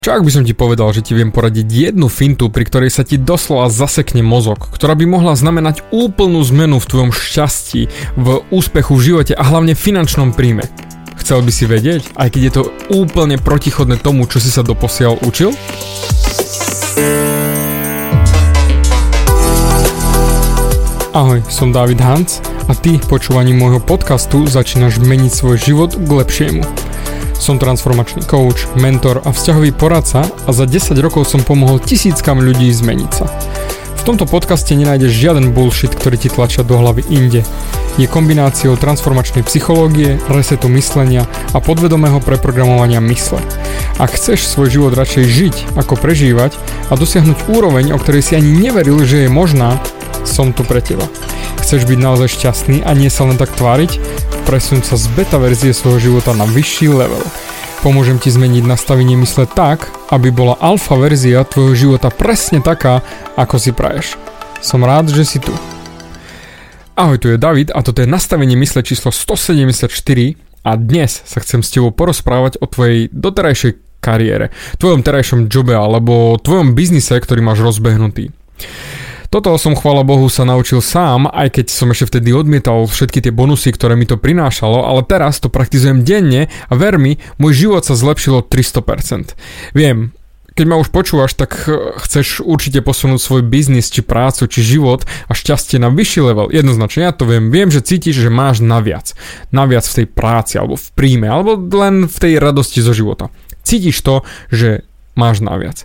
Čo ak by som ti povedal, že ti viem poradiť jednu fintu, pri ktorej sa ti doslova zasekne mozog, ktorá by mohla znamenať úplnú zmenu v tvojom šťastí, v úspechu v živote a hlavne finančnom príjme. Chcel by si vedieť, aj keď je to úplne protichodné tomu, čo si sa doposiaľ učil? Ahoj, som David Hanc a ty počúvaním môjho podcastu začínaš meniť svoj život k lepšiemu. Som transformačný coach, mentor a vzťahový poradca a za 10 rokov som pomohol tisíckam ľudí zmeniť sa. V tomto podcaste nenájdeš žiaden bullshit, ktorý ti tlačia do hlavy inde. Je kombináciou transformačnej psychológie, resetu myslenia a podvedomého preprogramovania mysle. Ak chceš svoj život radšej žiť ako prežívať a dosiahnuť úroveň, o ktorej si ani neveril, že je možná, som tu pre teba. Chceš byť naozaj šťastný a nie sa len tak tváriť? Presunúť sa z beta verzie svojho života na vyšší level. Pomôžem ti zmeniť nastavenie mysle tak, aby bola alfa verzia tvojho života presne taká, ako si praješ. Som rád, že si tu. Ahoj, tu je David a toto je nastavenie mysle číslo 174 a dnes sa chcem s tebou porozprávať o tvojej doterajšej kariére, tvojom terajšom jobe alebo tvojom biznise, ktorý máš rozbehnutý. Toto som, chvála Bohu, sa naučil sám, aj keď som ešte vtedy odmietal všetky tie bonusy, ktoré mi to prinášalo, ale teraz to praktizujem denne a ver mi, môj život sa zlepšilo 300%. Viem, keď ma už počúvaš, tak chceš určite posunúť svoj biznis, či prácu, či život a šťastie na vyšší level. Jednoznačne, ja to viem. Viem, že cítiš, že máš naviac. Naviac v tej práci, alebo v príjme, alebo len v tej radosti zo života. Cítiš to, že máš naviac.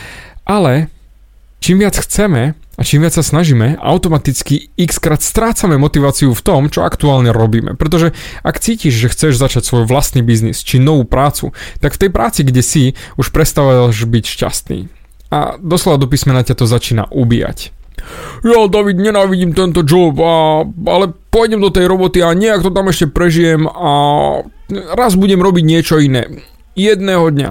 Ale čím viac chceme a čím viac sa snažíme, automaticky x-krát strácame motiváciu v tom, čo aktuálne robíme. Pretože ak cítiš, že chceš začať svoj vlastný biznis či novú prácu, tak v tej práci, kde si, už prestávaš byť šťastný. A doslova do písmena ťa to začína ubíjať. Ja, David, nenávidím tento job, ale pôjdem do tej roboty a nejak to tam ešte prežijem a raz budem robiť niečo iné. Jedného dňa.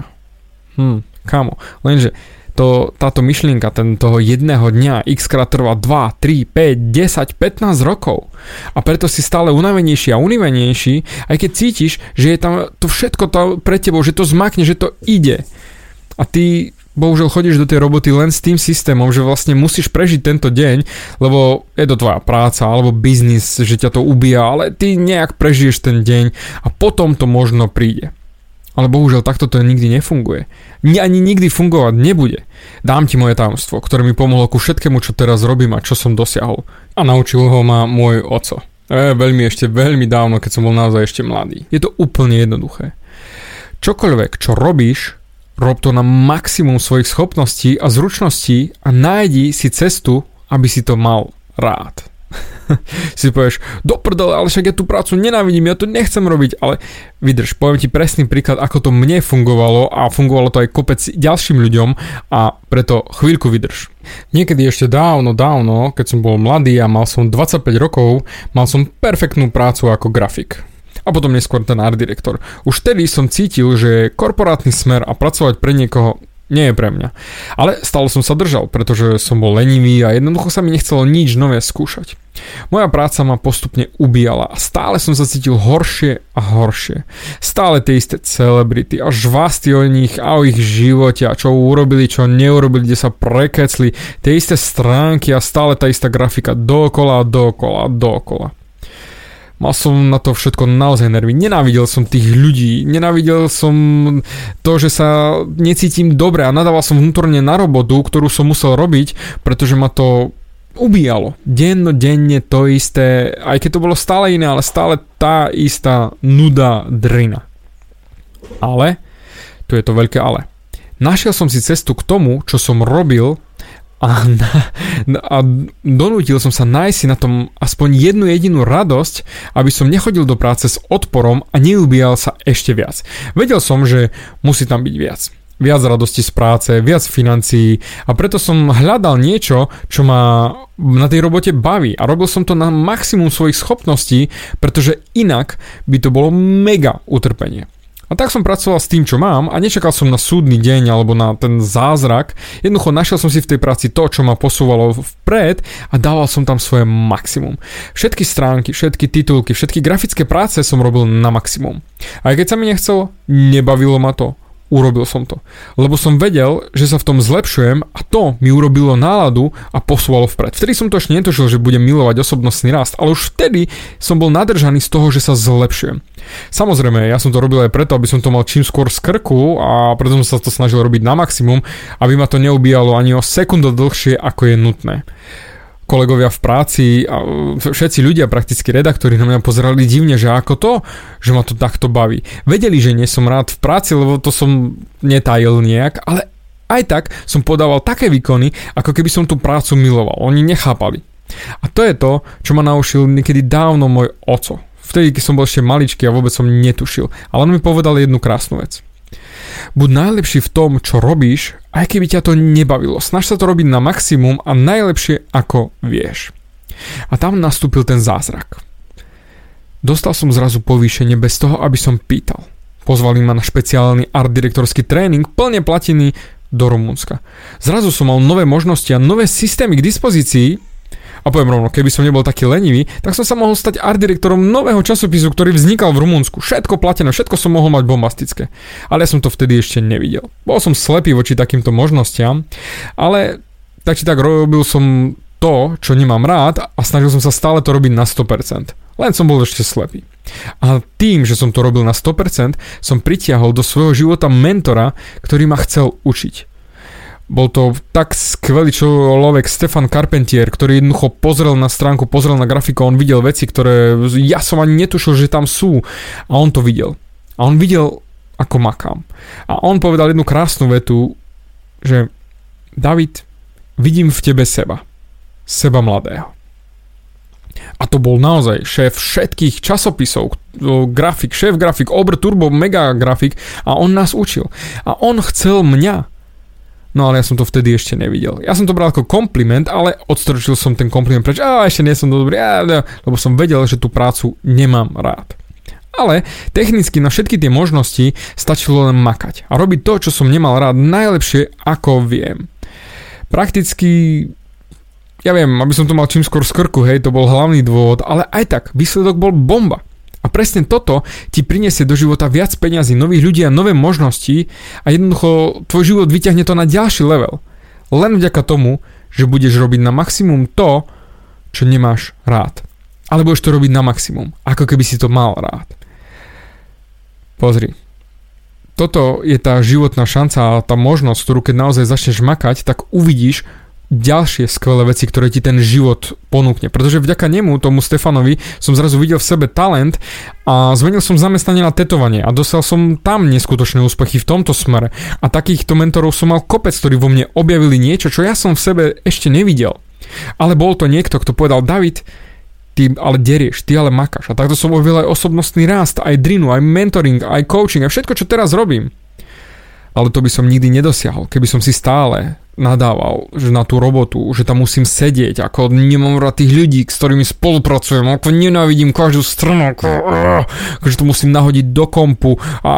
Kámo, lenže táto myšlienka toho jedného dňa x-krát trvá 2, 3, 5, 10, 15 rokov. A preto si stále unavenejší a univenejší, aj keď cítiš, že je tam to všetko pre tebou, že to zmakne, že to ide. A ty bohužiaľ chodíš do tej roboty len s tým systémom, že vlastne musíš prežiť tento deň, lebo je to tvoja práca alebo biznis, že ťa to ubíja, ale ty nejak prežiješ ten deň a potom to možno príde. Ale bohužiaľ takto to nikdy nefunguje. Ani nikdy fungovať nebude. Dám ti moje tajomstvo, ktoré mi pomohlo ku všetkému, čo teraz robím a čo som dosiahol. A naučil ho ma môj oco. Veľmi dávno, keď som bol naozaj ešte mladý. Je to úplne jednoduché. Čokoľvek, čo robíš, rob to na maximum svojich schopností a zručností a nájdi si cestu, aby si to mal rád. Si povieš, do prdele, ale však ja tú prácu nenávidím, ja to nechcem robiť, ale vydrž, poviem ti presný príklad, ako to mne fungovalo a fungovalo to aj kopec ďalším ľuďom a preto chvíľku vydrž. Niekedy ešte dávno, keď som bol mladý a mal som 25 rokov, mal som perfektnú prácu ako grafik. A potom neskôr ten art direktor. Už vtedy som cítil, že korporátny smer a pracovať pre niekoho nie je pre mňa. Ale stále som sa držal, pretože som bol lenivý a jednoducho sa mi nechcelo nič nové skúšať. Moja práca ma postupne ubíjala a stále som sa cítil horšie a horšie. Stále tie isté celebrity a žvásty o nich a o ich živote a čo urobili, čo neurobili, kde sa prekecli, tie isté stránky a stále tá istá grafika dookola. Mal som na to všetko naozaj nervy. Nenávidel som tých ľudí, nenávidel som to, že sa necítim dobre a nadával som vnútorne na robotu, ktorú som musel robiť, pretože ma to ubíjalo. Denne to isté, aj keď to bolo stále iné, ale stále tá istá nuda drina. Ale, tu je to veľké ale. Našiel som si cestu k tomu, čo som robil a donútil som sa nájsť si na tom aspoň jednu jedinú radosť, aby som nechodil do práce s odporom a neubíjal sa ešte viac. Vedel som, že musí tam byť viac. Viac radosti z práce, viac financií a preto som hľadal niečo, čo ma na tej robote baví a robil som to na maximum svojich schopností, pretože inak by to bolo mega utrpenie. A tak som pracoval s tým, čo mám a nečakal som na súdny deň alebo na ten zázrak. Jednoducho našiel som si v tej práci to, čo ma posúvalo vpred a dával som tam svoje maximum. Všetky stránky, všetky titulky, všetky grafické práce som robil na maximum. Aj keď sa mi nechcelo, nebavilo ma to. urobil som to. Lebo som vedel, že sa v tom zlepšujem a to mi urobilo náladu a posúvalo vpred. Vtedy som to ešte netušil, že budem milovať osobnostný rast, ale už vtedy som bol nadržaný z toho, že sa zlepšujem. Samozrejme, ja som to robil aj preto, aby som to mal čím skôr z krku a preto som sa to snažil robiť na maximum, aby ma to neubíjalo ani o sekundu dlhšie, ako je nutné. Kolegovia v práci a všetci ľudia, prakticky redaktori na mňa pozerali divne, že ako to, že ma to takto baví. Vedeli, že nie som rád v práci, lebo to som netajil nejak, ale aj tak som podával také výkony, ako keby som tú prácu miloval. Oni nechápali. A to je to, čo ma naučil niekedy dávno môj oco. Vtedy, keď som bol ešte maličký a vôbec som netušil. Ale on mi povedal jednu krásnu vec. Buď najlepší v tom, čo robíš, aj keby ťa to nebavilo. Snaž sa to robiť na maximum a najlepšie, ako vieš. A tam nastúpil ten zázrak. Dostal som zrazu povýšenie bez toho, aby som pýtal. Pozvali ma na špeciálny art direktorský tréning, plne platený do Rumunska. Zrazu som mal nové možnosti a nové systémy k dispozícii. A poviem rovno, keby som nebol taký lenivý, tak som sa mohol stať art direktorom nového časopisu, ktorý vznikal v Rumunsku. Všetko platené, všetko som mohol mať bombastické. Ale ja som to vtedy ešte nevidel. Bol som slepý voči takýmto možnostiam, ale tak či tak robil som to, čo nemám rád a snažil som sa stále to robiť na 100%. Len som bol ešte slepý. A tým, že som to robil na 100%, som pritiahol do svojho života mentora, ktorý ma chcel učiť. Bol to tak skvelý človek Stefan Carpentier, ktorý jednoducho pozrel na stránku, pozrel na grafiku, on videl veci, ktoré ja som ani netušil, že tam sú. A on to videl. A on videl, ako makám. A on povedal jednu krásnu vetu, že David, vidím v tebe seba. Seba mladého. A to bol naozaj šéf všetkých časopisov, šéf grafik, obr, turbo, mega grafik a on nás učil. A on chcel mňa. No ale ja som to vtedy ešte nevidel. Ja som to bral ako kompliment, ale odstrčil som ten kompliment preč. Ešte nie som dobrý, lebo som vedel, že tú prácu nemám rád. Ale technicky na všetky tie možnosti stačilo len makať a robiť to, čo som nemal rád najlepšie, ako viem. Prakticky, ja viem, aby som to mal čím skôr z krku, hej, to bol hlavný dôvod, ale aj tak, výsledok bol bomba. A presne toto ti prinesie do života viac peňazí, nových ľudí a nové možnosti a jednoducho tvoj život vyťahne to na ďalší level. Len vďaka tomu, že budeš robiť na maximum to, čo nemáš rád. Ale budeš to robiť na maximum, ako keby si to mal rád. Pozri. Toto je tá životná šanca a tá možnosť, ktorú keď naozaj začneš makať, tak uvidíš ďalšie skvelé veci, ktoré ti ten život ponúkne. Pretože vďaka nemu, tomu Stefanovi, som zrazu videl v sebe talent a zmenil som zamestnanie na tetovanie a dosiahol som tam neskutočné úspechy v tomto smere. A takýchto mentorov som mal kopec, ktorí vo mne objavili niečo, čo ja som v sebe ešte nevidel. Ale bol to niekto, kto povedal, David, ty ale derieš, ty ale makáš. A takto som objavil aj osobnostný rast, aj drinu, aj mentoring, aj coaching, aj všetko, čo teraz robím. Ale to by som nikdy nedosiahol, keby som si stále nadával, že na tú robotu, že tam musím sedieť, ako nemám rád tých ľudí, s ktorými spolupracujem, ako nenávidím každú stranu, že to musím nahodiť do kompu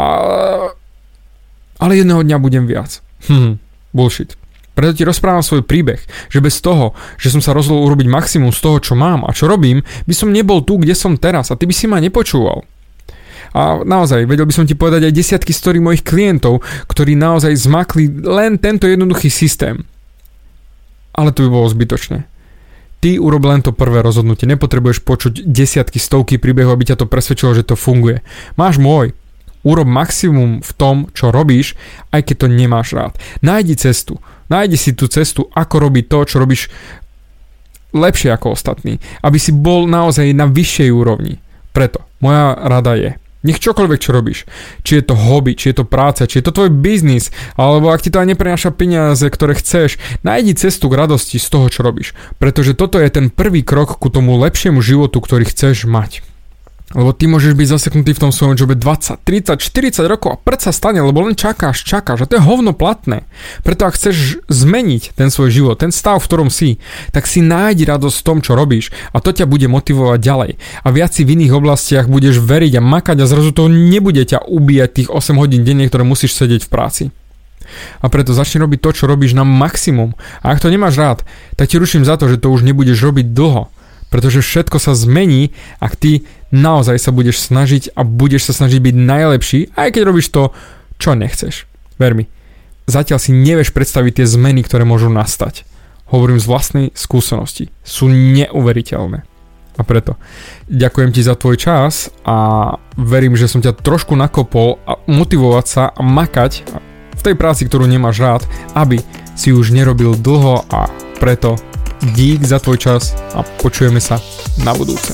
ale jedného dňa budem viac. Bullshit. Preto ti rozprávam svoj príbeh, že bez toho, že som sa rozhodol urobiť maximum z toho, čo mám a čo robím, by som nebol tu, kde som teraz a ty by si ma nepočúval. A naozaj, vedel by som ti povedať aj desiatky story mojich klientov, ktorí naozaj zmakli len tento jednoduchý systém. Ale to by bolo zbytočné. Ty urob len to prvé rozhodnutie, nepotrebuješ počuť desiatky, stovky príbehov, aby ťa to presvedčilo, že to funguje. Máš môj. Urob maximum v tom, čo robíš, aj keď to nemáš rád. Nájdi cestu. Nájdi si tú cestu, ako robiť to, čo robíš lepšie ako ostatní. Aby si bol naozaj na vyššej úrovni. Preto moja rada je, nech čokoľvek, čo robíš, či je to hobby, či je to práca, či je to tvoj biznis, alebo ak ti to aj neprináša peniaze, ktoré chceš, nájdi cestu k radosti z toho, čo robíš. Pretože toto je ten prvý krok ku tomu lepšiemu životu, ktorý chceš mať. Lebo ty môžeš byť zaseknutý v tom svojom jobe 20, 30, 40 rokov a prd sa stane, lebo len čakáš a to je hovno platné. Preto ak chceš zmeniť ten svoj život, ten stav, v ktorom si, tak si nájdi radosť v tom, čo robíš a to ťa bude motivovať ďalej. A viac si v iných oblastiach budeš veriť a makať a zrazu to nebude ťa ubíjať tých 8 hodín denne, ktoré musíš sedieť v práci. A preto začni robiť to, čo robíš na maximum. A ak to nemáš rád, tak ti ruším za to, že to už nebudeš robiť dlho. Pretože všetko sa zmení, ak ty naozaj sa budeš snažiť a budeš sa snažiť byť najlepší, aj keď robíš to, čo nechceš. Ver mi, zatiaľ si nevieš predstaviť tie zmeny, ktoré môžu nastať. Hovorím z vlastnej skúsenosti. Sú neuveriteľné. A preto ďakujem ti za tvoj čas a verím, že som ťa trošku nakopol a motivovať sa a makať v tej práci, ktorú nemáš rád, aby si už nerobil dlho a preto dík za tvoj čas a počujeme sa na budúce.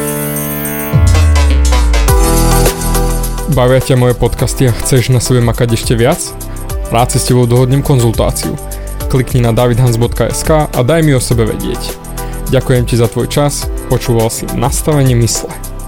Bavia ťa moje podcasty a chceš na sebe makať ešte viac? Rád si s tebou dohodnem konzultáciu. Klikni na davidhans.sk a daj mi o sebe vedieť. Ďakujem ti za tvoj čas, počúval si Nastavenie mysle.